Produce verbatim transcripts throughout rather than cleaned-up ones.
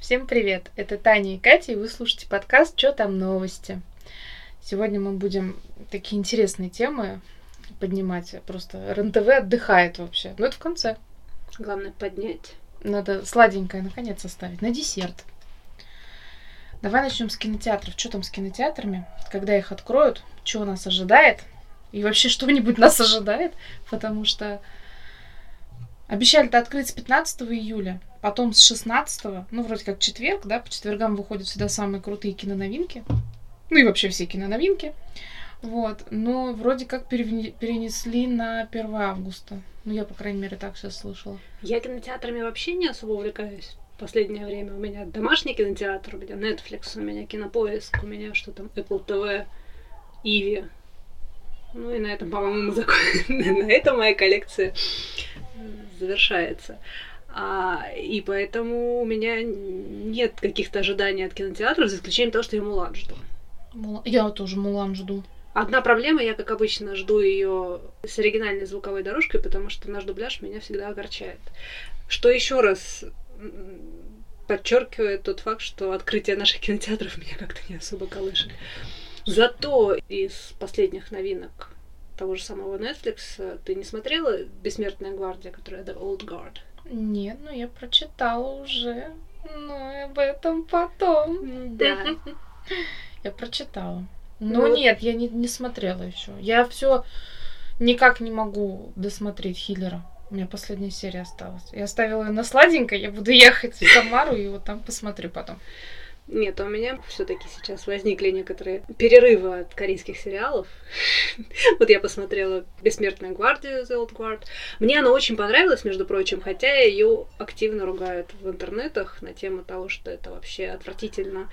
Всем привет! Это Таня и Катя, и вы слушаете подкаст «Чё там новости?». Сегодня мы будем такие интересные темы поднимать. Просто РЕН-ТВ отдыхает вообще. Ну, это в конце. Главное поднять. Надо сладенькое наконец оставить. На десерт. Давай начнем с кинотеатров. Что там с кинотеатрами? Когда их откроют? Что нас ожидает? И вообще что-нибудь нас ожидает? Потому что обещали-то открыть с пятнадцатого июля, потом с шестнадцатого, ну, вроде как четверг, да, по четвергам выходят всегда самые крутые киноновинки. Ну и вообще все киноновинки. Вот. Но вроде как перенесли на первое августа. Ну, я, по крайней мере, так сейчас слышала. Я кинотеатрами вообще не особо увлекаюсь в последнее время. У меня домашний кинотеатр, у меня Netflix, у меня Кинопоиск, у меня что там, Apple ти ви, Иви. Ну и на этом, по-моему, закон... на этом моя коллекция завершается. А, и поэтому у меня нет каких-то ожиданий от кинотеатров, за исключением того, что я Мулан жду. Я тоже Мулан жду. Одна проблема, я, как обычно, жду ее с оригинальной звуковой дорожкой, потому что наш дубляж меня всегда огорчает. Что еще раз подчеркивает тот факт, что открытие наших кинотеатров меня как-то не особо колышет. Зато из последних новинок того же самого Netflix ты не смотрела «Бессмертная гвардия», которая The Old Guard? Нет, ну я прочитала уже, но об этом потом. Да. Я прочитала. Но ну, нет, я не, не смотрела еще. Я все никак не могу досмотреть «Хиллера». У меня последняя серия осталась. Я оставила ее на сладенькое, я буду ехать в Самару и вот там посмотрю потом. Нет, у меня все-таки сейчас возникли некоторые перерывы от корейских сериалов. Вот я посмотрела «Бессмертную гвардию», The Old Guard. Мне она очень понравилась, между прочим, хотя ее активно ругают в интернетах на тему того, что это вообще отвратительно,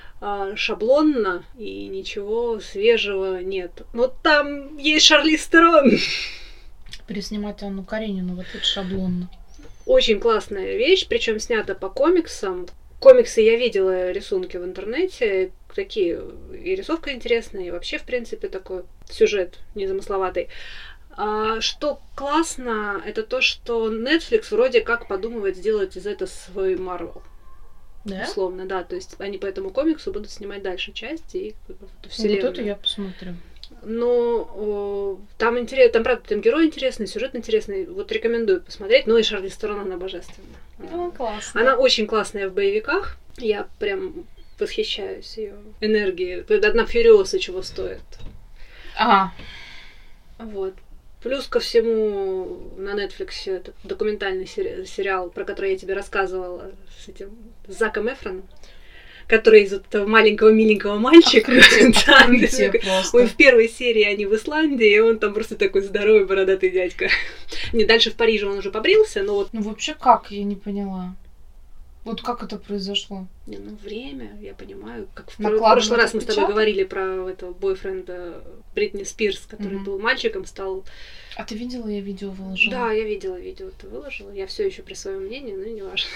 шаблонно и ничего свежего нет. Но там есть Шарлиз Терон. Переснимать Анну Каренину, вот это шаблонно. Очень классная вещь, причем снята по комиксам. Комиксы я видела, рисунки в интернете, такие, и рисовка интересная, и вообще, в принципе, такой сюжет незамысловатый. А что классно, это то, что Netflix вроде как подумывает сделать из этого свой Marvel. Да? Условно, да. То есть они по этому комиксу будут снимать дальше части и эту вселенную. Вот это я посмотрю. Но о, там интересно, там, правда, там герой интересный, сюжет интересный. Вот рекомендую посмотреть. Ну и Шарлиз Терон, она божественна. Ну, классно. Она очень классная в боевиках. Я прям восхищаюсь ее энергией. Одна Фьюриоса чего стоит. Ага. Вот. Плюс ко всему на Netflix этот документальный сери- сериал, про который я тебе рассказывала, с этим с Заком Эфроном, который из этого маленького миленького мальчика. Да, он в первой серии они в Исландии, и он там просто такой здоровый бородатый дядька. Не, дальше в Париже он уже побрился, но вот... Ну вообще как? Я не поняла. Вот как это произошло? Не, ну, время, я понимаю. Как в, в прошлый раз мы с тобой говорили про этого бойфренда Бритни Спирс, который mm-hmm. был мальчиком, стал... А ты видела, я видео выложила? Да, я видела видео, ты выложила. Я все еще при своем мнении, но не важно.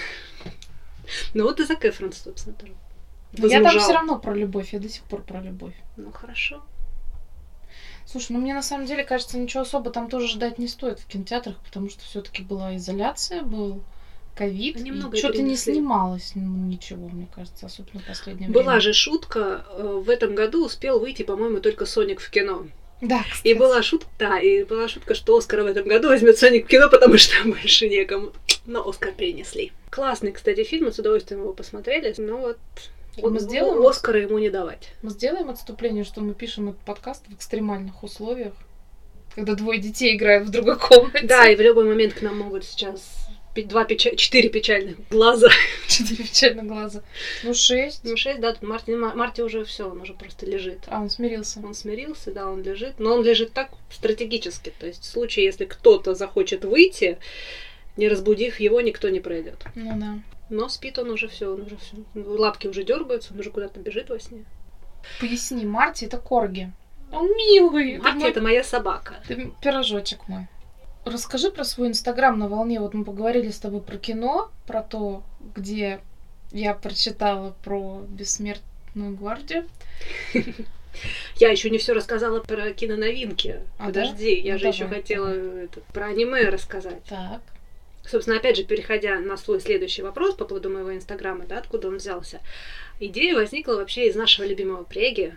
Ну вот и Зак Эфрон, собственно, тоже. Я там все равно про любовь, я до сих пор про любовь. Ну хорошо. Слушай, ну мне на самом деле кажется, ничего особо там тоже ждать не стоит в кинотеатрах, потому что все-таки была изоляция, был ковид, и что-то не снималось ничего, мне кажется, особенно в последнее была время. Была же шутка, в этом году успел выйти, по-моему, только «Соник» в кино. Да, кстати. И была шутка, да, и была шутка, что Оскар в этом году возьмет «Соник» в кино, потому что больше некому. Но Оскар перенесли. Классный, кстати, фильм, мы с удовольствием его посмотрели, но вот... Мы сделаем... Оскара ему не давать. Мы сделаем отступление, что мы пишем этот подкаст в экстремальных условиях, когда двое детей играют в другой комнате. Да, и в любой момент к нам могут сейчас два печаль... четыре печальных глаза. Четыре печальных глаза. Ну, шесть. Ну, шесть, да, тут Марти, Марти уже все, он уже просто лежит. А, он смирился. Он смирился, да, он лежит. Но он лежит так стратегически. То есть в случае, если кто-то захочет выйти, не разбудив его, никто не пройдет. Ну да. Но спит он уже все, он уже все. Лапки уже дергаются, он уже куда-то бежит во сне. Поясни, Марти это корги. Он милый. Марти мой... это моя собака. Ты пирожочек мой. Расскажи про свой инстаграм на волне. Вот мы поговорили с тобой про кино, про то, где я прочитала про Бессмертную гвардию. Я еще не все рассказала про киноновинки. А, Подожди, да? я ну, же еще хотела это, про аниме рассказать. Так. Собственно, опять же, переходя на свой следующий вопрос по поводу моего инстаграма, да, откуда он взялся. Идея возникла вообще из нашего любимого преги.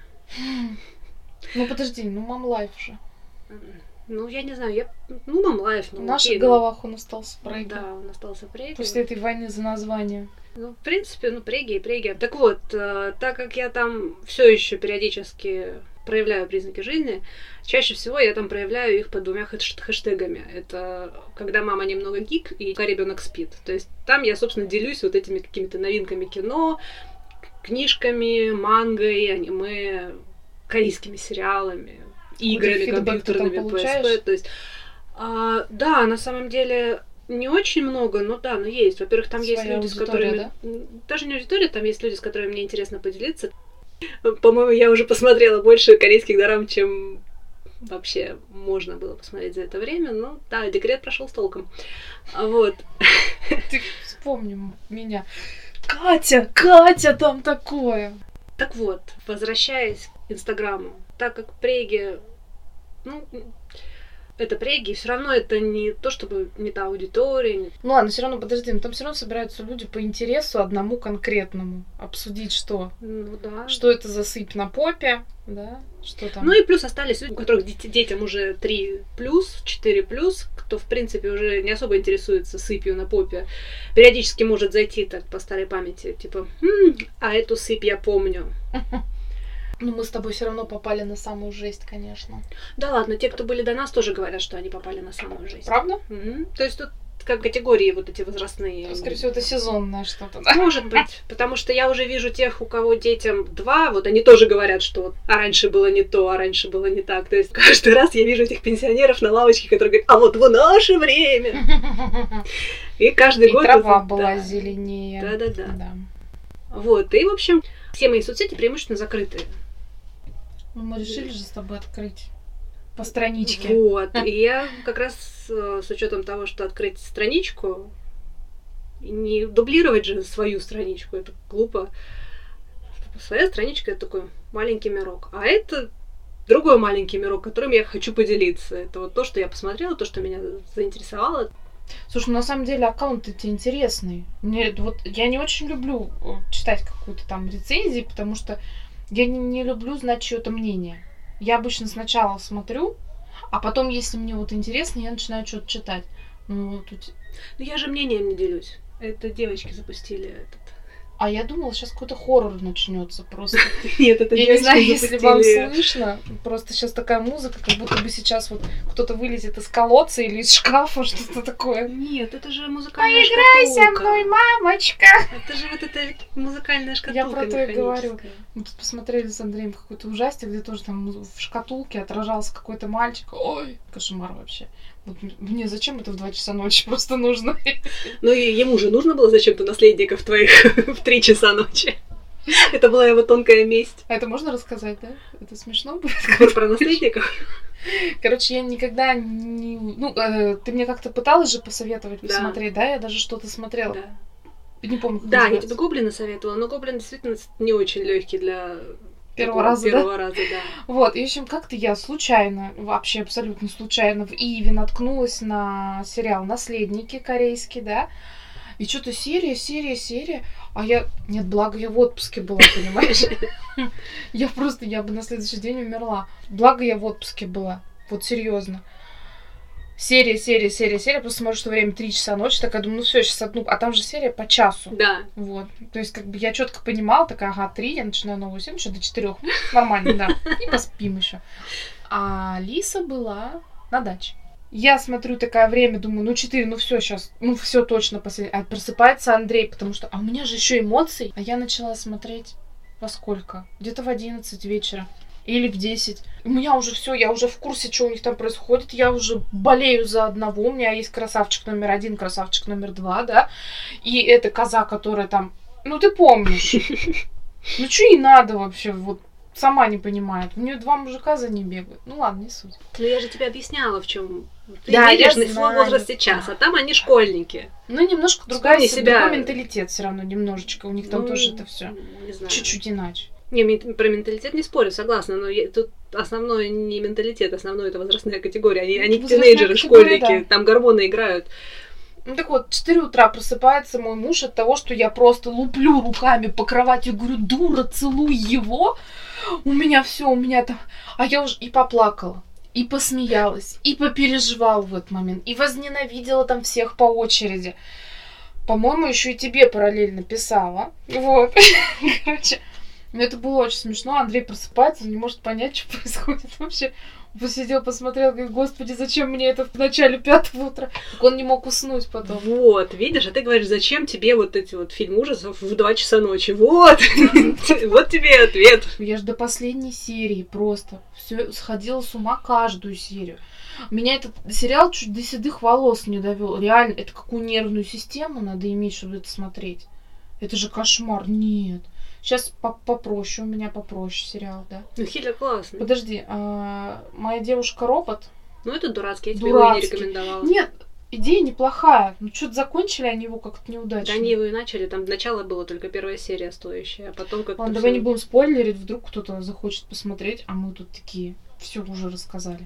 Ну подожди, ну Mom Life же. Ну, я не знаю, я... Ну, Mom Life, ну, В наших окей, головах он остался преги. Да, он остался преги. После этой войны за название. Ну, в принципе, ну, преги и преги. Так вот, э, так как я там все еще периодически проявляю признаки жизни, чаще всего я там проявляю их под двумя хэш- хэштегами. Это когда мама немного гик и когда ребенок спит. То есть там я, собственно, делюсь вот этими какими-то новинками кино, книжками, мангой, аниме, корейскими сериалами, играми компьютерными, пи эс пи. То есть, а, да, на самом деле не очень много, но да, но есть. Во-первых, там Своя есть люди, с которыми... Да? Даже не аудитория, там есть люди, с которыми мне интересно поделиться. По-моему, я уже посмотрела больше корейских дорам, чем вообще можно было посмотреть за это время. Ну, да, декрет прошел с толком. Вот. Ты вспомни меня. Катя, Катя, там такое. Так вот, возвращаясь к Инстаграму, так как преги, ну, это преги, все равно это не то, чтобы не та аудитория. Не... Ну ладно, все равно, подожди, но там все равно собираются люди по интересу одному конкретному. Обсудить что? Ну да. Что это за сыпь на попе, да? Что там? Ну и плюс остались люди, у которых дет- детям уже три плюс, четыре плюс, кто, в принципе, уже не особо интересуется сыпью на попе. Периодически может зайти так по старой памяти, типа, «М, а эту сыпь я помню». Ну, мы с тобой все равно попали на самую жесть, конечно. Да ладно, те, кто были до нас, тоже говорят, что они попали на самую жесть. Правда? Угу. То есть тут как категории вот эти возрастные. Скорее всего, это сезонное что-то, да? Может быть, потому что я уже вижу тех, у кого детям два, вот они тоже говорят, что а раньше было не то, а раньше было не так. То есть каждый раз я вижу этих пенсионеров на лавочке, которые говорят, а вот в наше время. И каждый и год... трава это... была зеленее. Да-да-да. Да. Вот, и, в общем, все мои соцсети преимущественно закрытые. Ну, мы решили же с тобой открыть по страничке. Вот, и я как раз с учетом того, что открыть страничку, не дублировать же свою страничку, это глупо. Своя страничка — это такой маленький мирок. А это другой маленький мирок, которым я хочу поделиться. Это вот то, что я посмотрела, то, что меня заинтересовало. Слушай, ну на самом деле аккаунт эти интересный. Мне вот я не очень люблю читать какую-то там рецензию, потому что я не, не люблю знать чьё-то мнение. Я обычно сначала смотрю, а потом, если мне вот интересно, я начинаю что-то читать. Ну, вот тут... Ну я же мнением не делюсь. Это девочки запустили этот. А я думала, сейчас какой-то хоррор начнется просто. Нет, это я не знаю, если вам слышно. Просто сейчас такая музыка, как будто бы сейчас вот кто-то вылезет из колодца или из шкафа, что-то такое. Нет, это же музыкальная Поиграй шкатулка. со мной, мамочка! Это же вот эта музыкальная шкатулка. Я про то и говорю. Мы тут посмотрели с Андреем какой-то ужастик, где тоже там в шкатулке отражался какой-то мальчик. Ой, кошмар вообще. Вот мне зачем это в два часа ночи просто нужно? Ну и ему же нужно было зачем-то наследников твоих в три часа ночи. Это была его тонкая месть. А это можно рассказать, да? Это смешно будет? Про наследников? Короче, я никогда не... Ну, э, ты мне как-то пыталась же посоветовать посмотреть, да? Я даже что-то смотрела. Да. Не помню, как Да, называется. я тебе Гоблина советовала, но Гоблин действительно не очень легкий для... Первого раза, Первого да? раза, да. Вот, и в общем, как-то я случайно, вообще абсолютно случайно в Иви наткнулась на сериал «Наследники» корейский, да? И что-то серия, серия, серия. А я... Нет, благо я в отпуске была, понимаешь? Я просто, я бы на следующий день умерла. Благо я в отпуске была. Вот серьезно. Серия, серия, серия, серия. Просто смотрю, что время три часа ночи. Такая думаю, ну все, сейчас одну... А там же серия по часу. Да. Вот. То есть, как бы я четко понимала, такая, ага, три, я начинаю новую серию, еще до четырех. Нормально, да. И поспим еще. А Лиса была на даче. Я смотрю такое время, думаю, ну четыре, ну все сейчас, ну все точно последний. А просыпается Андрей, потому что, а у меня же еще эмоции. А я начала смотреть во сколько? Где-то в одиннадцать вечера. Или в десять. У меня уже все, я уже в курсе, что у них там происходит. Я уже болею за одного. У меня есть красавчик номер один, красавчик номер два, да. И эта коза, которая там... Ну, ты помнишь. Ну, что ей надо вообще? Вот сама не понимает. У нее два мужика за ней бегают. Ну, ладно, не суть. Ну, я же тебе объясняла, в чем. Ты да, видишь я на свой возраст сейчас, а там они школьники. Ну, немножко другая себя. Другой менталитет все равно, немножечко. У них там ну, тоже это все чуть-чуть иначе. Не, про менталитет не спорю, согласна, но я, тут основное не менталитет, основное это возрастная категория. Они, они тинейджеры, школьники, да. Там гормоны играют. Ну так вот, в четыре утра просыпается мой муж от того, что я просто луплю руками по кровати, говорю, дура, целуй его. У меня все, у меня там... А я уже и поплакала, и посмеялась, и попереживала в этот момент, и возненавидела там всех по очереди. По-моему, еще и тебе параллельно писала. Вот. Короче, это было очень смешно. Андрей просыпается, он не может понять, что происходит вообще. Посидел, посмотрел, говорит, господи, зачем мне это в начале пятого утра? Так он не мог уснуть потом. Вот, видишь, а ты говоришь, зачем тебе вот эти вот фильмы ужасов в два часа ночи? Вот, вот тебе ответ. Я же до последней серии просто все сходила с ума каждую серию. Меня этот сериал чуть до седых волос не довел. Реально, это какую нервную систему надо иметь, чтобы это смотреть? Это же кошмар. Нет. Сейчас попроще, у меня попроще сериал, да. Ну, Хиллер классный. Подожди, а, моя девушка-робот. Ну, это дурацкий, я тебе Дурацкий. его не рекомендовала. Нет, идея неплохая. Ну, что-то закончили они его как-то неудачно. Да они его и начали, там начало было только первая серия стоящая, а потом как-то... Ладно, всё... давай не будем спойлерить, вдруг кто-то захочет посмотреть, а мы тут такие все уже рассказали.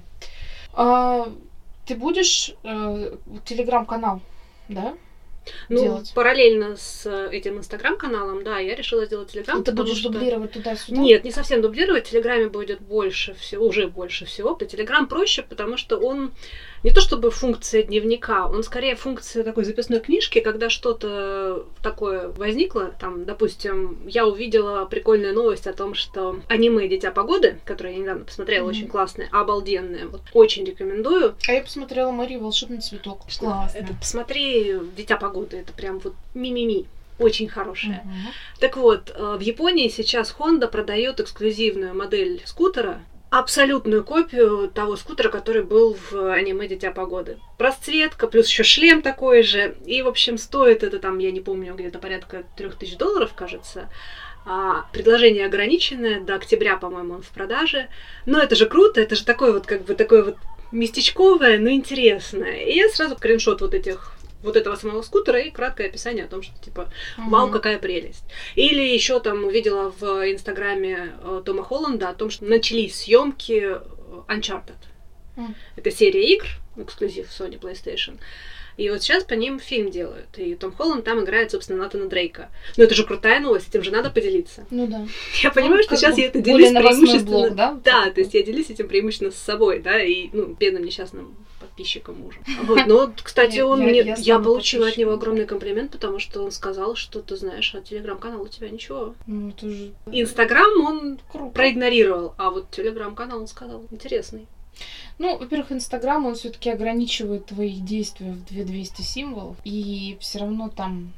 А, ты будешь э, телеграм-канал, да? Ну, делать? Параллельно с этим инстаграм-каналом, да, я решила сделать телеграм. И ты будешь что... дублировать туда-сюда? Нет, не совсем дублировать. В Телеграме будет больше всего, уже больше всего. Телеграм проще, потому что он не то чтобы функция дневника, он скорее функция такой записной книжки, когда что-то такое возникло. Там, допустим, я увидела прикольную новость о том, что аниме «Дитя погоды», которое я недавно посмотрела, mm-hmm. очень классное, обалденное. Вот, очень рекомендую. А я посмотрела «Мария, волшебный цветок». Классно. Это, посмотри «Дитя погоды», это прям вот ми-ми-ми. Очень хорошая. Uh-huh. Так вот, в Японии сейчас Honda продает эксклюзивную модель скутера, абсолютную копию того скутера, который был в аниме «Дитя погоды». Расцветка, плюс еще шлем такой же. И, в общем, стоит это там, я не помню, где-то порядка трех тысяч долларов, кажется. А, предложение ограниченное, до октября, по-моему, он в продаже. Но это же круто, это же такое вот, как бы, такое вот местечковое, но интересное. И я сразу скриншот вот этих вот этого самого скутера и краткое описание о том, что типа вау, какая прелесть. Или еще там увидела в инстаграме Тома Холланда о том, что начались съемки Uncharted. Mm. Это серия игр, эксклюзив Sony PlayStation. И вот сейчас по ним фильм делают. И Том Холланд там играет, собственно, Натана Дрейка. Но это же крутая новость, этим же надо поделиться. Ну да. Я понимаю, ну, что сейчас я это делюсь преимущественно... Блог, да? Да, то есть я делюсь этим преимущественно с собой, да, и, ну, бедным несчастным подписчиком мужа. Вот. Но, кстати, он мне... Я, я получила от него огромный комплимент, потому что он сказал, что, ты знаешь, а телеграм-канал у тебя ничего. Ну, это же... Инстаграм он Круто. проигнорировал, а вот телеграм-канал он сказал интересный. Ну, во-первых, Инстаграм, он все-таки ограничивает твои действия в две тысячи двести символов, и все равно там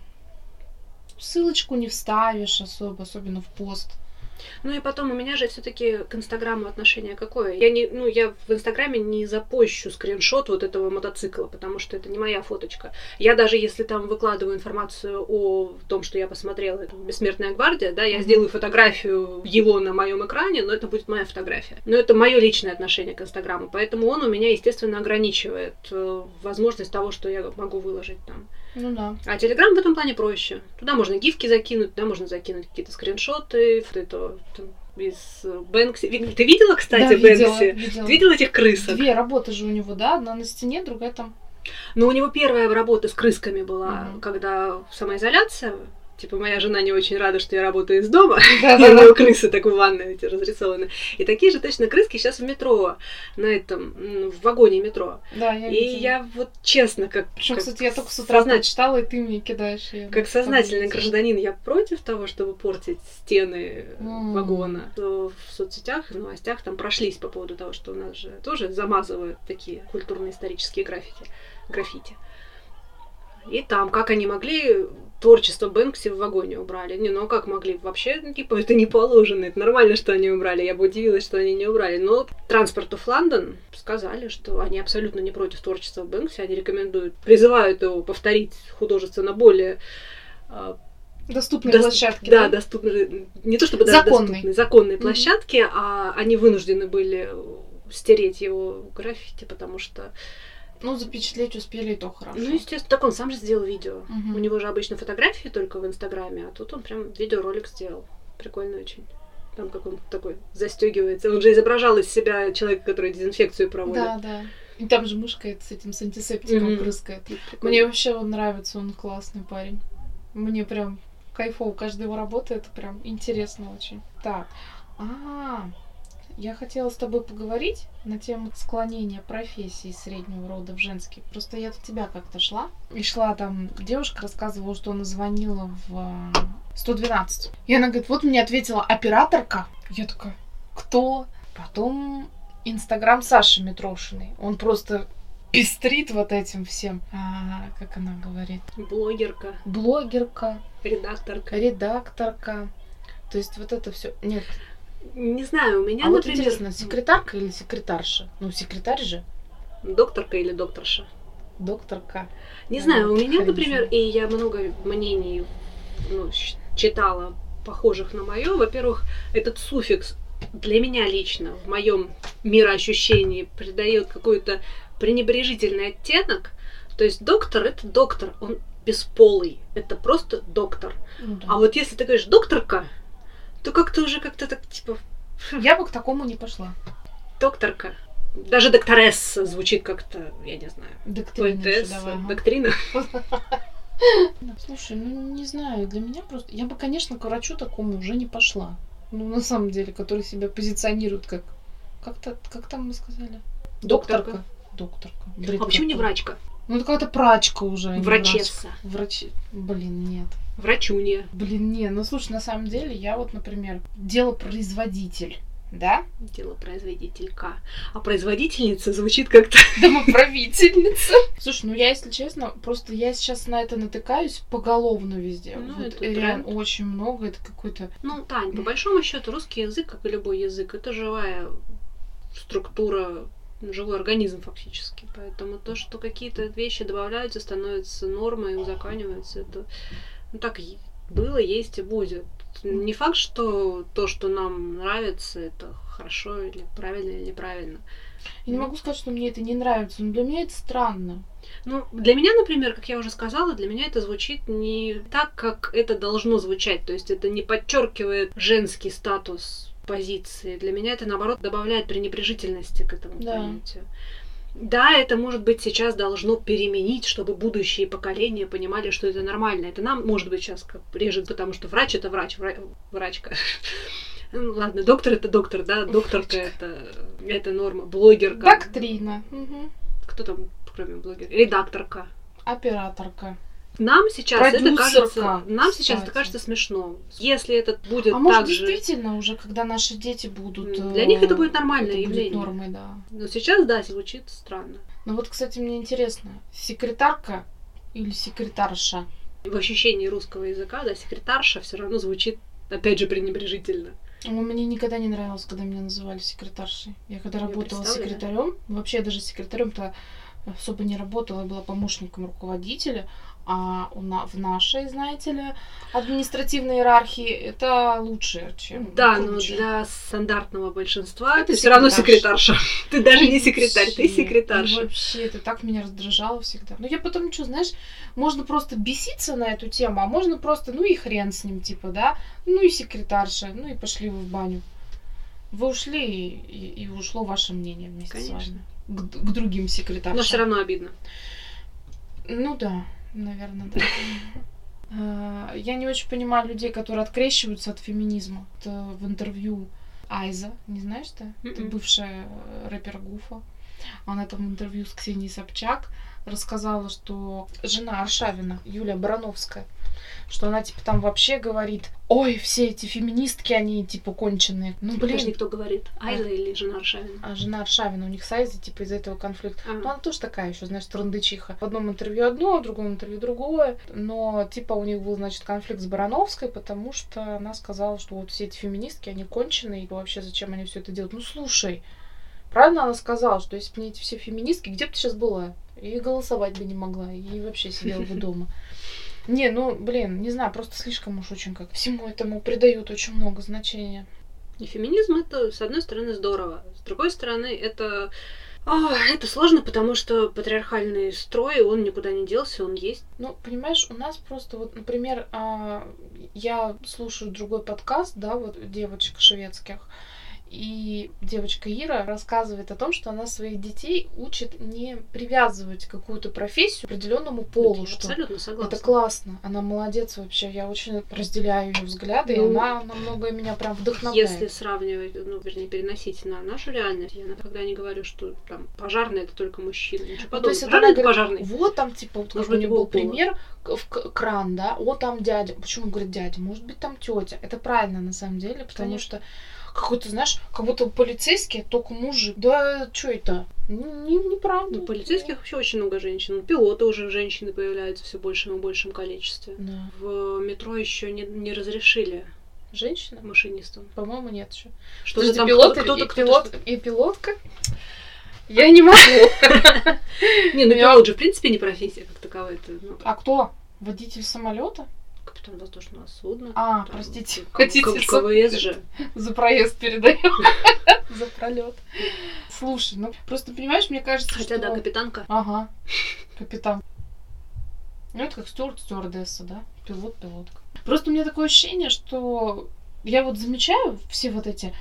ссылочку не вставишь особо, особенно в пост. Ну и потом, у меня же все-таки к Инстаграму отношение какое? Я не, ну, я в Инстаграме не запощу скриншот вот этого мотоцикла, потому что это не моя фоточка. Я даже если там выкладываю информацию о том, что я посмотрела «Бессмертная гвардия», да, я mm-hmm. сделаю фотографию его на моем экране, но это будет моя фотография. Но это мое личное отношение к Инстаграму, поэтому он у меня, естественно, ограничивает э, возможность того, что я могу выложить там. Ну да. А Телеграм в этом плане проще. Туда можно гифки закинуть, туда можно закинуть какие-то скриншоты, вот это там, из Бэнкси. Ты видела, кстати, да, Бэнкси? Видела, видела. Ты видела этих крысок? Две работы же у него, да? Одна на стене, другая там. Ну, у него первая работа с крысками была, mm-hmm. когда самоизоляция. Типа, моя жена не очень рада, что я работаю из дома, и у нее крысы так в ванной эти разрисованы. И такие же точно крыски сейчас в метро, на этом, в вагоне метро. Да, я И видела. я вот честно, как... Причем, как кстати, я только с утра сознать... читала, и ты мне кидаешь. Я как сознательный гражданин, я против того, чтобы портить стены mm. вагона. В соцсетях, в новостях там прошлись по поводу того, что у нас же тоже замазывают такие культурно-исторические граффити. граффити. И там, как они могли... Творчество Бэнкси в вагоне убрали. Не, ну как могли? Вообще, типа, это не положено. Это нормально, что они убрали. Я бы удивилась, что они не убрали. Но Transport of London сказали, что они абсолютно не против творчества Бэнкси. Они рекомендуют, призывают его повторить художественно более... Доступные До... площадки. Да, да? доступные. Не то чтобы даже законные. доступные, законные mm-hmm. площадки, а они вынуждены были стереть его граффити, потому что... Ну, запечатлеть успели, и то хорошо. Ну, естественно. Так он сам же сделал видео. Угу. У него же обычно фотографии только в Инстаграме, а тут он прям видеоролик сделал. Прикольно очень. Там как он такой застегивается. Он же изображал из себя человека, который дезинфекцию проводит. Да, да. И там же мышка с этим с антисептиком Мгм. прыскает. Прикольно. Мне вообще он нравится, он классный парень. Мне прям кайфово, каждая его работа, это прям интересно очень. Так, а, я хотела с тобой поговорить на тему склонения профессии среднего рода в женский. Просто я от тебя как-то шла. И шла там, девушка рассказывала, что она звонила в сто двенадцать. И она говорит, вот мне ответила операторка. Я такая, кто? Потом Инстаграм Саши Митрошиной. Он просто пестрит вот этим всем. А, как она говорит? Блогерка, Блогерка, редакторка. редакторка. То есть вот это все. Нет. Не знаю, у меня, А вот например, интересно, секретарка или секретарша? Ну, секретарь же. докторка или докторша. Докторка. Не Ну, знаю, у меня, хрен например, знает. и я много мнений ну, щ- читала, похожих на мое. Во-первых, этот суффикс для меня лично в моем мироощущении придает какой-то пренебрежительный оттенок. То есть доктор это доктор, он бесполый, это просто доктор. Ну, да. А вот если ты говоришь докторка, то как-то уже как-то так типа Я бы к такому не пошла. докторка. Даже докторесса звучит как-то, я не знаю, Доктрина ещё поэтесса, давай, ага. доктрина. Слушай, ну не знаю, для меня просто... Я бы, конечно, к врачу такому уже не пошла. Ну, на самом деле, который себя позиционирует как... Как-то, как там мы сказали? Докторка. Докторка. Бред А почему не какой. врачка? Ну, это какая-то прачка уже. а не Врачесса. врачка. Врач... Блин, нет. Врачуня. Блин, не. Ну, слушай, на самом деле, я вот, например, делопроизводитель, да? Делопроизводителька. А производительница звучит как-то... Домоправительница. Слушай, ну я, если честно, просто я сейчас на это натыкаюсь поголовно везде. Ну, Вот это реально тренд. очень много, это какой-то... Ну, Тань, по большому счету русский язык, как и любой язык, это живая структура, живой организм фактически. Поэтому то, что какие-то вещи добавляются, становятся нормой, узакониваются, это ну, так и было, есть и будет. Не факт, что то, что нам нравится, это хорошо или правильно или неправильно. Я не могу сказать, что мне это не нравится, но для меня это странно. Ну, для меня, например, как я уже сказала, для меня это звучит не так, как это должно звучать. То есть это не подчеркивает женский статус позиции. Для меня это, наоборот, добавляет пренебрежительности к этому Да. понятию. Да, это, может быть, сейчас должно переменить, чтобы будущие поколения понимали, что это нормально. Это нам, может быть, сейчас как режет, потому что врач — это врач, вра- врачка. Ну, ладно, доктор — это доктор, да, докторка — это, это норма. Блогерка. Доктрина. Мгм. Кто там, кроме блогера? Редакторка. Операторка. Нам сейчас это Продюсерка, кажется, нам сейчас это кстати. кажется смешно. Если это будет А может, так же, действительно, уже когда наши дети будут... для э, них это будет нормальное это явление. будет нормой, да. Но сейчас, да, звучит странно. Ну вот, кстати, мне интересно, секретарка или секретарша? В ощущении русского языка, да, секретарша все равно звучит, опять же, пренебрежительно. Ну, мне никогда не нравилось, когда меня называли секретаршей. Я когда Я работала представляю. секретарем, вообще я даже секретарем-то особо не работала, я была помощником руководителя, а у на, в нашей, знаете ли, административной иерархии это лучше, чем Да, но круче. для стандартного большинства Это ты все равно секретарша. секретарша. Ты даже не И секретарь, ты вообще, секретарша. и вообще, это так меня раздражало всегда. Но я потом, что, знаешь, можно просто беситься на эту тему, а можно просто, ну и хрен с ним, типа, да, ну и секретарша, ну и пошли вы в баню. Вы ушли, и, и, и ушло ваше мнение вместе Конечно. с вами. К, к другим секретаршам. Но все равно обидно. Ну да, наверное, да. А, Я не очень понимаю людей, которые открещиваются от феминизма. Это в интервью Айза, не знаешь ты? Это Мгм. бывшая э, рэпер Гуфа. Она там в интервью с Ксенией Собчак рассказала, что жена Аршавина, Юлия Барановская, что она типа там вообще говорит, ой, все эти феминистки, они типа конченые. Ну Даже блин, никто говорит, Айза или жена Аршавина. а жена Аршавина, у них с Айзой, типа из-за этого конфликта. Ага. Ну, она тоже такая еще, знаешь, трындычиха. В одном интервью одно, в другом интервью другое. Но, типа, у них был, значит, конфликт с Барановской, потому что она сказала, что вот все эти феминистки, они конченые, и вообще зачем они все это делают? Ну, слушай, правильно она сказала, что если бы не эти все феминистки, где бы ты сейчас была? И голосовать бы не могла, и вообще сидела бы дома. Не, ну, блин, не знаю, просто слишком уж очень как всему этому придают очень много значения. И феминизм это, с одной стороны, здорово. С другой стороны, это... а, это сложно, потому что патриархальный строй, он никуда не делся, он есть. Ну, понимаешь, у нас просто вот, например, а, я слушаю другой подкаст, да, вот девочек шведских, И девочка Ира рассказывает о том, что она своих детей учит не привязывать какую-то профессию к определенному полу. Я что абсолютно согласна. Это классно. Она молодец вообще. Я очень разделяю ее взгляды, ну, и она на многое меня прям вдохновляет. Если сравнивать, ну, вернее, переносить на нашу реальность, я никогда не говорю, что там пожарный это только мужчина. Ничего ну, подобного. То есть пожарный это это пожарный. Вот там, типа, вот как у нее был пример, в кран, да, о, там дядя. Почему говорит дядя? Может быть, там тетя. Это правильно на самом деле, потому Конечно. что какой-то, знаешь, как будто полицейский, только мужик. Да, что это? Не, неправда. Ну, полицейских вообще очень много женщин. Пилоты уже женщины появляются все большем и большем количестве. Да. В метро еще не, не разрешили женщина машинистам. По-моему, нет еще. Что же там пилот кто-то, и, кто-то, пилот кто-то... и пилотка? Я не могу. Не, ну пилот же в принципе не профессия как таковая. А кто? Водитель самолета? Капитан воздушного судна. А, простите, водитель КВС же. За проезд передаем. За пролет. Слушай, ну просто понимаешь, мне кажется, Хотя что... да, капитанка. Ага, капитан. Ну это как стюард, стюардесса, да? Пилот, пилотка. Просто у меня такое ощущение, что я вот замечаю все вот эти...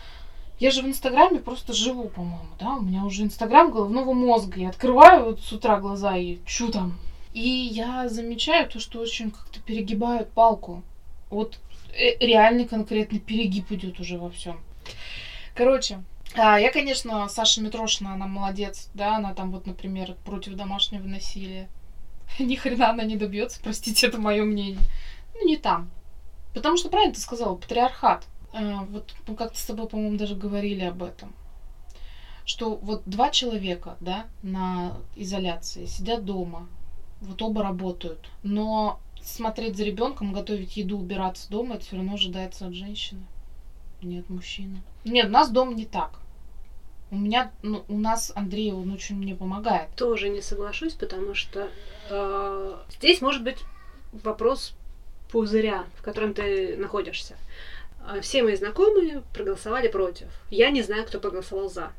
Я же в Инстаграме просто живу, по-моему, да? У меня уже Инстаграм головного мозга. Я открываю вот с утра глаза и чё там? И я замечаю то, что очень как-то перегибают палку. Вот э, реальный конкретный перегиб идет уже во всем. Короче, а, я, конечно, Саша Митрошина, она молодец, да, она там вот, например, против домашнего насилия. Ни хрена она не добьется, простите, это мое мнение. Ну, не там. Потому что, правильно ты сказала, патриархат. А, вот мы как-то с тобой, по-моему, даже говорили об этом. Что вот два человека, да, на изоляции сидят дома. Вот оба работают. Но смотреть за ребенком, готовить еду, убираться дома, это все равно ожидается от женщины. Нет, мужчины. Нет, у нас дома не так. У меня, ну, у нас Андрей, он очень мне помогает. Тоже не соглашусь, потому что э, здесь может быть вопрос пузыря, в котором ты находишься. Все мои знакомые проголосовали против. Я не знаю, кто проголосовал за.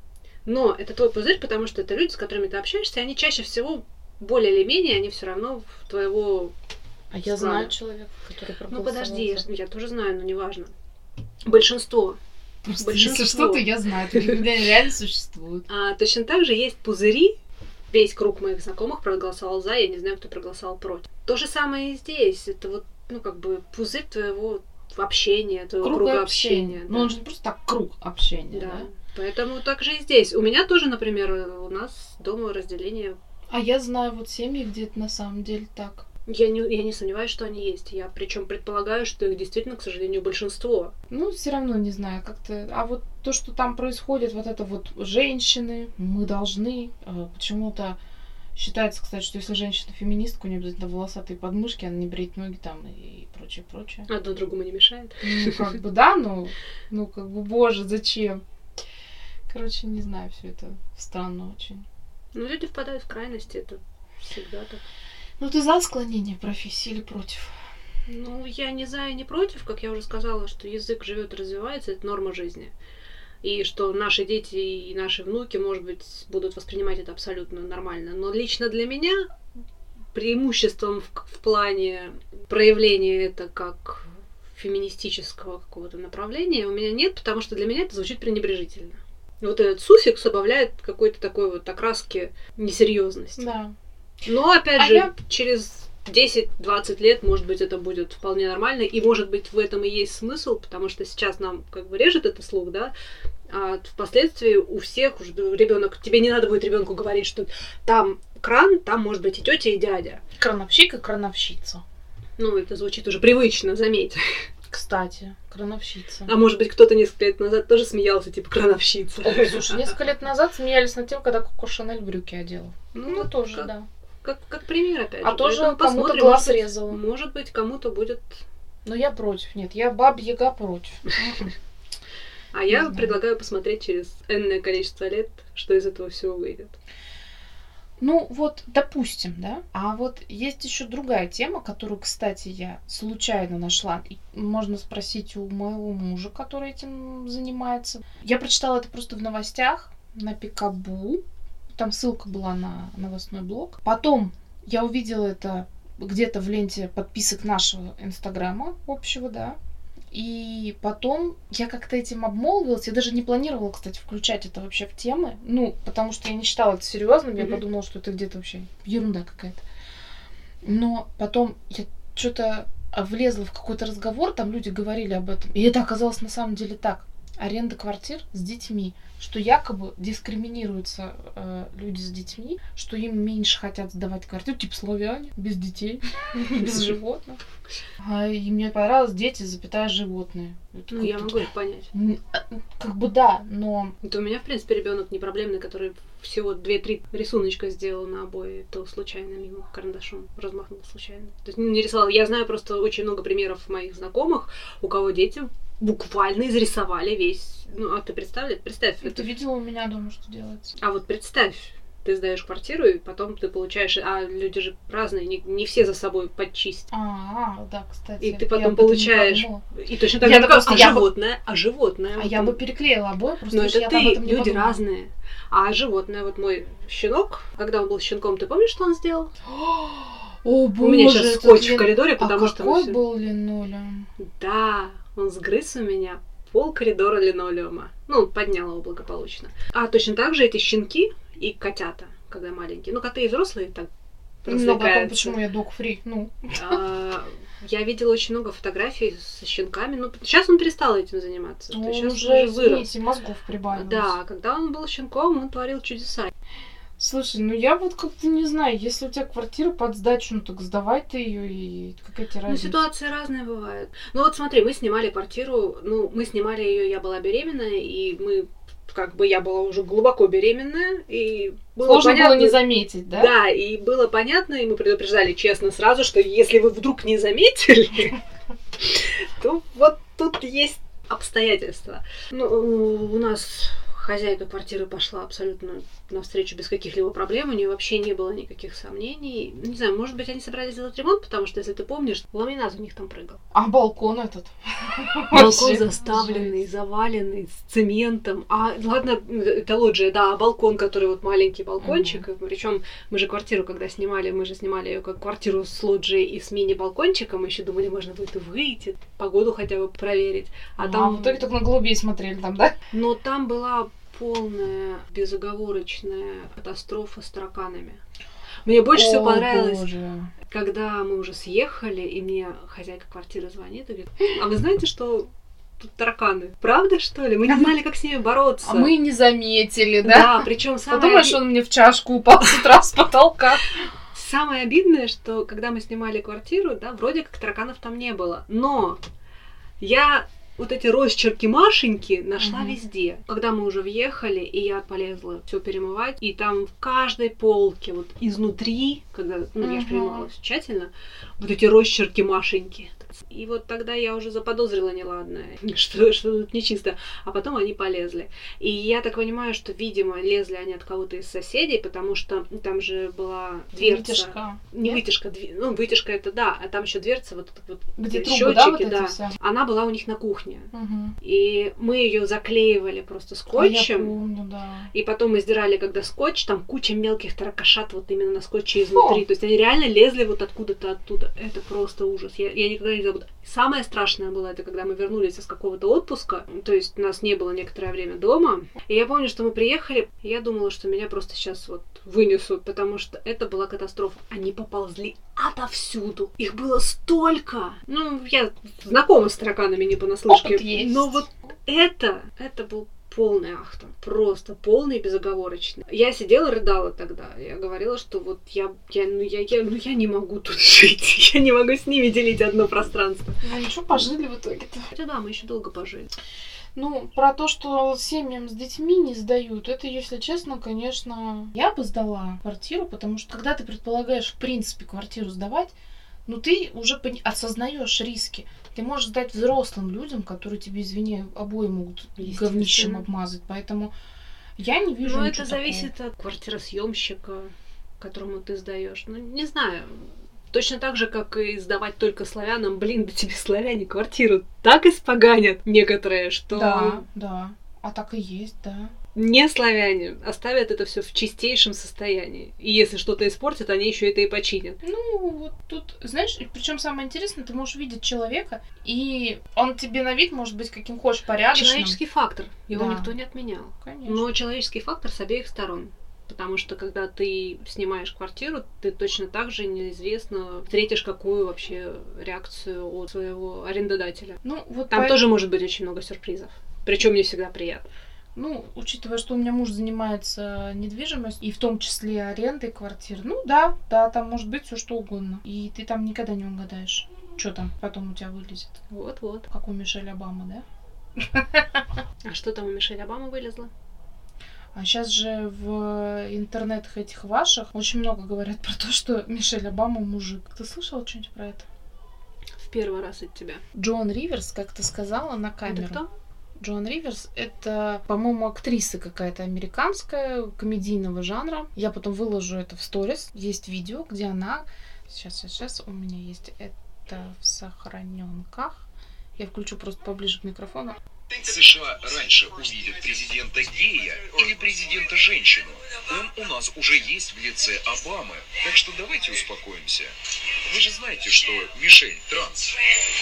Но это твой пузырь, потому что это люди, с которыми ты общаешься, и они чаще всего более или менее, они все равно в твоего... А я знаю человека, который проголосовал. Ну подожди, за. Я, я тоже знаю, но неважно. Большинство. Просто Большинство. Если что-то я знаю, это реально существует. А точно так же есть пузыри. Весь круг моих знакомых проголосовал за, я не знаю, кто проголосовал против. То же самое и здесь. Это вот, ну, как бы пузырь твоего общения, твоего круг круга общения. общения. Ну, да. он же не просто так круг общения, да? Да. Поэтому так же и здесь. У меня тоже, например, у нас дома разделение. А я знаю вот семьи, где это на самом деле так. Я не, я не сомневаюсь, что они есть. Я причем предполагаю, что их действительно, к сожалению, большинство. Ну, все равно не знаю, как-то. А вот то, что там происходит, вот это вот женщины, мы должны э, почему-то считается, кстати, что если женщина феминистка, у нее обязательно волосатые подмышки, она не бреет ноги там и прочее, прочее. Одно другому не мешает. Ну, как бы да, но ну, как бы, боже, зачем? Короче, не знаю, все это странно очень. Ну, люди впадают в крайности, это всегда так. Ну, ты за склонение профессии или против? Ну, я не за и не против, как я уже сказала, что язык живет и развивается, это норма жизни. И что наши дети и наши внуки, может быть, будут воспринимать это абсолютно нормально. Но лично для меня преимуществом в, в плане проявления это как феминистического какого-то направления у меня нет, потому что для меня это звучит пренебрежительно. Вот этот суффикс добавляет какой-то такой вот окраски несерьезности. Да. Но, опять а же, я... через десять-двадцать лет, может быть, это будет вполне нормально, и, может быть, в этом и есть смысл, потому что сейчас нам как бы режет это слух, да, а впоследствии у всех уже ребенок, тебе не надо будет ребенку говорить, что там кран, там может быть и тетя, и дядя. Крановщик и крановщица. Ну, это звучит уже привычно, заметь. Кстати, крановщица. А может быть, кто-то несколько лет назад тоже смеялся, типа, крановщица. О, слушай, несколько лет назад смеялись над тем, когда Коко Шанель брюки одела. Ну, ну тоже, как, да. Как, как пример, опять а же. А тоже Поэтому кому-то глаз может резала. Быть, может быть, кому-то будет... Но я против, нет, я баб-яга против. А я предлагаю посмотреть через энное количество лет, что из этого всего выйдет. Ну, вот, допустим, да. А вот есть еще другая тема, которую, кстати, я случайно нашла. И можно спросить у моего мужа, который этим занимается. Я прочитала это просто в новостях на Пикабу. Там ссылка была на новостной блог. Потом я увидела это где-то в ленте подписок нашего Инстаграма общего, да. И потом я как-то этим обмолвилась. Я даже не планировала, кстати, включать это вообще в темы. Ну, потому что я не считала это серьезным. Я mm-hmm. подумала, что это где-то вообще ерунда какая-то. Но потом я что-то влезла в какой-то разговор, там люди говорили об этом. И это оказалось на самом деле так. Аренда квартир с детьми, что якобы дискриминируются э, люди с детьми, что им меньше хотят сдавать квартиру, типа славяне, без детей, без животных. А, и мне понравилось дети, запятая, животные. Ну, я могу их понять. Как бы да, но... Это у меня, в принципе, ребенок не проблемный, который всего две-три рисуночка сделал на обои, то случайно мимо карандашом размахнул случайно. То есть не рисовал. Я знаю просто очень много примеров моих знакомых, у кого дети буквально изрисовали весь... Ну, а ты представляешь? Представь. Ты это... видела у меня дома, что делается? А вот представь, ты сдаешь квартиру, и потом ты получаешь... А люди же разные, не, не все за собой подчистят. А, да, кстати. И ты потом получаешь... И точно так же, как, а животное, бы... а животное... А вот я он... бы переклеила обои, просто Но это я ты, об этом не люди подумала. разные. А животное, вот мой щенок, когда он был щенком, ты помнишь, что он сделал? О, боже, у меня сейчас скотч лин... в коридоре, потому а что... какой был линолеум? Да, он сгрыз у меня пол коридора линолеума. Ну, поднял его благополучно. А точно так же эти щенки и котята, когда маленькие. Ну, коты и взрослые так развлекаются. Ну, потом почему я dog-free? Ну. А, я видела очень много фотографий со щенками. Ну, сейчас он перестал этим заниматься. Он сейчас уже, уже вырос. извините, мозгов прибавилось. Да, когда он был щенком, он творил чудеса. Слушай, ну я вот как-то не знаю, если у тебя квартира под сдачу, ну так сдавай ты ее, и какая тебе разница? Ну, ситуации разные бывают. Ну вот смотри, мы снимали квартиру, ну, мы снимали ее, я была беременная, и мы, как бы, я была уже глубоко беременная, и было Сложно понятно, было не заметить, да? Да, и было понятно, и мы предупреждали честно сразу, что если вы вдруг не заметили, то вот тут есть обстоятельства. Ну, у нас... Хозяйка квартиры пошла абсолютно навстречу без каких-либо проблем, у нее вообще не было никаких сомнений. Не знаю, может быть, они собрались сделать ремонт, потому что, если ты помнишь, ламинат у них там прыгал. А балкон этот? Балкон заставленный, заваленный, с цементом. А, ладно, это лоджия, да, а балкон, который вот маленький балкончик, mm-hmm. причем мы же квартиру, когда снимали, мы же снимали ее как квартиру с лоджией и с мини-балкончиком, мы еще думали, можно будет выйти, погоду хотя бы проверить. А, а там... в итоге только на голубей смотрели там, да? Но там была полная, безоговорочная катастрофа с тараканами. Мне больше О, всего понравилось, Боже. Когда мы уже съехали, и мне хозяйка квартиры звонит и говорит: а вы знаете, что тут тараканы? Правда, что ли? Мы не знали, как с ними бороться. А мы не заметили, да? Да, причем самое... Подумаешь, он мне в чашку упал с утра с потолка. Самое обидное, что когда мы снимали квартиру, да, вроде как тараканов там не было, но я... Вот эти росчерки Машеньки нашла uh-huh. везде. Когда мы уже въехали, и я полезла все перемывать, и там в каждой полке, вот изнутри, когда ну, uh-huh. я же перемывала все тщательно, вот эти росчерки Машеньки. И вот тогда я уже заподозрила неладное, что, что тут нечисто. А потом они полезли. И я так понимаю, что, видимо, лезли они от кого-то из соседей, потому что там же была дверца. Вытяжка. Не Нет? вытяжка, дв... ну, вытяжка это да, а там еще дверца, вот, вот где трубы, счетчики, да, вот да. Она была у них на кухне. Угу. И мы ее заклеивали просто скотчем. А я помню, да. И потом мы сдирали, когда скотч, там куча мелких таракашат вот именно на скотче изнутри. О! То есть они реально лезли вот откуда-то оттуда. Это просто ужас. Я, я никогда не забуду. Самое страшное было это, когда мы вернулись из какого-то отпуска, то есть нас не было некоторое время дома, и я помню, что мы приехали, и я думала, что меня просто сейчас вот вынесут, потому что это была катастрофа. Они поползли отовсюду. Их было столько. Ну, я знакома с тараканами не понаслышке, но вот это, это был полный ахтунг, просто полный, безоговорочный. Я сидела, рыдала тогда. Я говорила, что вот я, я, ну, я, я, ну, я не могу тут жить. Я не могу с ними делить одно пространство. Ну ничего, пожили в итоге-то. Хотя да, мы еще долго пожили. Ну, про то, что семьям с детьми не сдают, это, если честно, конечно, я бы сдала квартиру, потому что когда ты предполагаешь, в принципе, квартиру сдавать, ну, ты уже осознаешь риски. Ты можешь сдать взрослым людям, которые тебе, извини, обои могут говнищем обмазать. Поэтому я не вижу Ну, ничего это зависит такого. от квартиросъемщика, которому ты сдаешь. Ну, не знаю. Точно так же, как и сдавать только славянам. Блин, да тебе славяне квартиру так испоганят некоторые, что... Да, да. А так и есть, да. не славяне оставят это все в чистейшем состоянии. И если что-то испортят, они еще это и починят. Ну, вот тут, знаешь, причем самое интересное, ты можешь видеть человека, и он тебе на вид может быть каким хочешь порядочным. Человеческий фактор. Его Да. никто не отменял. Конечно. Но человеческий фактор с обеих сторон. Потому что, когда ты снимаешь квартиру, ты точно так же неизвестно встретишь какую вообще реакцию от своего арендодателя. Ну, вот Там по- тоже может быть очень много сюрпризов. Причем не всегда приятно. Ну, учитывая, что у меня муж занимается недвижимостью, и в том числе арендой квартир, ну да, да, там может быть все что угодно. И ты там никогда не угадаешь, что там потом у тебя вылезет. Вот-вот. Как у Мишель Обамы, да? А что там у Мишель Обамы вылезло? А сейчас же в интернетах этих ваших очень много говорят про то, что Мишель Обама мужик. Ты слышала что-нибудь про это? В первый раз от тебя. Джоан Риверс, как ты сказала, на камеру. Это кто? Джоан Риверс — это, по-моему, актриса какая-то американская, комедийного жанра. Я потом выложу это в сторис. Есть видео, где она... Сейчас, сейчас, сейчас. У меня есть это в сохраненках. Я включу просто поближе к микрофону. США раньше увидят президента гея или президента женщину. Он у нас уже есть в лице Обамы. Так что давайте успокоимся. Вы же знаете, что Мишель транс.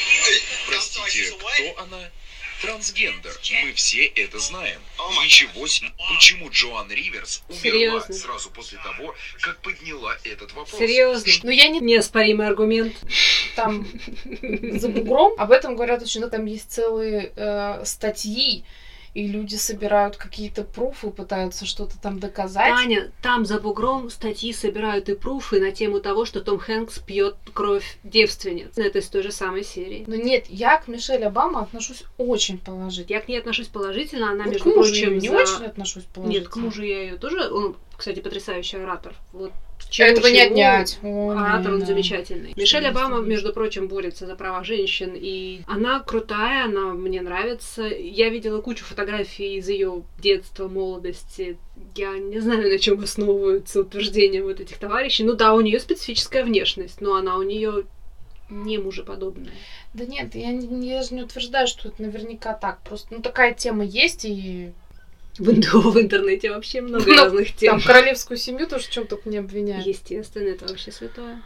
Простите, кто она? Трансгендер. Мы все это знаем. Ничего себе. Почему Джоан Риверс умерла Серьезно? сразу после того, как подняла этот вопрос? Серьезно? Ну, я не Неоспоримый аргумент. там за бугром. Об этом говорят очень, ну, там есть целые э, статьи, и люди собирают какие-то пруфы, пытаются что-то там доказать. Таня, там за бугром статьи собирают и пруфы на тему того, что Том Хэнкс пьет кровь девственниц. Это из той же самой серии. Но нет, я к Мишель Обама отношусь очень положительно. Я к ней отношусь положительно, она, Вот между к мужу прочим, я не за... очень отношусь положительно. Нет, к мужу я ее тоже... Он, кстати, потрясающий оратор. Вот Этого не чего- отнять. О, Оратор он да. замечательный. Что Мишель есть, Обама, есть. между прочим, борется за права женщин, и она крутая, она мне нравится. Я видела кучу фотографий из ее детства, молодости. Я не знаю, на чем основываются утверждения вот этих товарищей. Ну да, у нее специфическая внешность, но она у нее не мужеподобная. Да нет, я, не, я же не утверждаю, что это наверняка так. Просто, ну, такая тема есть, и В, ин- в интернете вообще много Ну, разных тем. там королевскую семью тоже в чем только не обвиняют. Естественно, это вообще святое.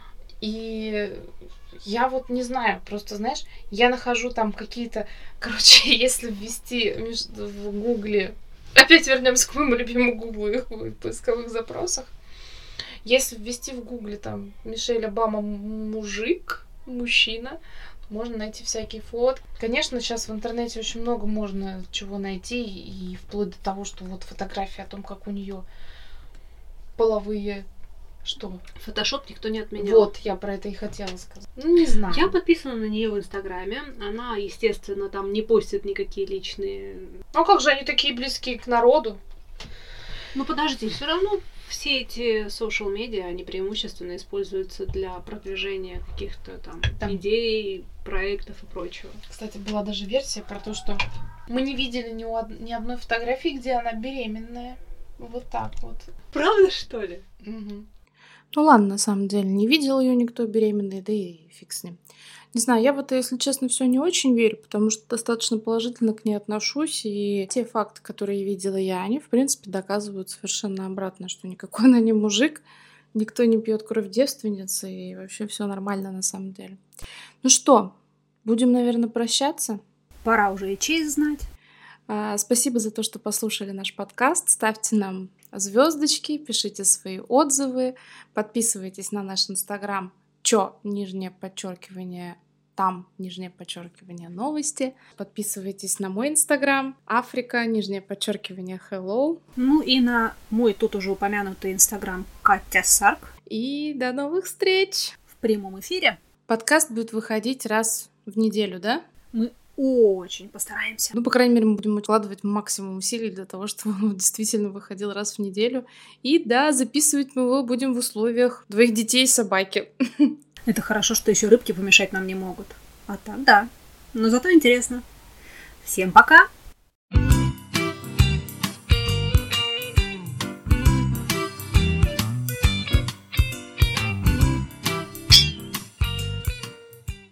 И я вот не знаю, просто, знаешь, я нахожу там какие-то... Короче, если ввести меж- в Гугле... Опять вернемся к моему любимому Гуглу и в поисковых запросах. Если ввести в Гугле там Мишель Обама м- мужик, мужчина, можно найти всякие фотки. Конечно, сейчас в интернете очень много можно чего найти, и вплоть до того, что вот фотографии о том, как у нее половые... Что? Фотошоп никто не отменял. Вот, я про это и хотела сказать. Ну, не знаю. Я подписана на нее в Инстаграме. Она, естественно, там не постит никакие личные. Ну, как же они такие близкие к народу? Ну подожди, все равно все эти social медиа, они преимущественно используются для продвижения каких-то там Там. идей, проектов и прочего. Кстати, была даже версия про то, что мы не видели ни, у од- ни одной фотографии, где она беременная. Вот так вот. Правда, что ли? Мгм. Ну ладно, на самом деле, не видел ее никто беременной, да и фиг с ним. Не знаю, я в это, если честно, все не очень верю, потому что достаточно положительно к ней отношусь, и те факты, которые видела я, они, в принципе, доказывают совершенно обратно, что никакой она не мужик, никто не пьет кровь девственницы, и вообще все нормально на самом деле. Ну что, будем, наверное, прощаться. Пора уже и честь знать. А, Спасибо за то, что послушали наш подкаст. Ставьте нам звездочки, пишите свои отзывы, подписывайтесь на наш инстаграм чё, нижнее подчеркивание, там, нижнее подчеркивание, новости. Подписывайтесь на мой инстаграм, Африка, нижнее подчеркивание, hello. Ну и на мой тут уже упомянутый инстаграм Катя Сарк И до новых встреч! в прямом эфире. Подкаст будет выходить раз в неделю, да? Мы очень постараемся. Ну, по крайней мере, мы будем укладывать максимум усилий для того, чтобы он действительно выходил раз в неделю. И да, записывать мы его будем в условиях двоих детей и собаки. Это хорошо, что еще рыбки помешать нам не могут. А так да. Но зато интересно. Всем пока!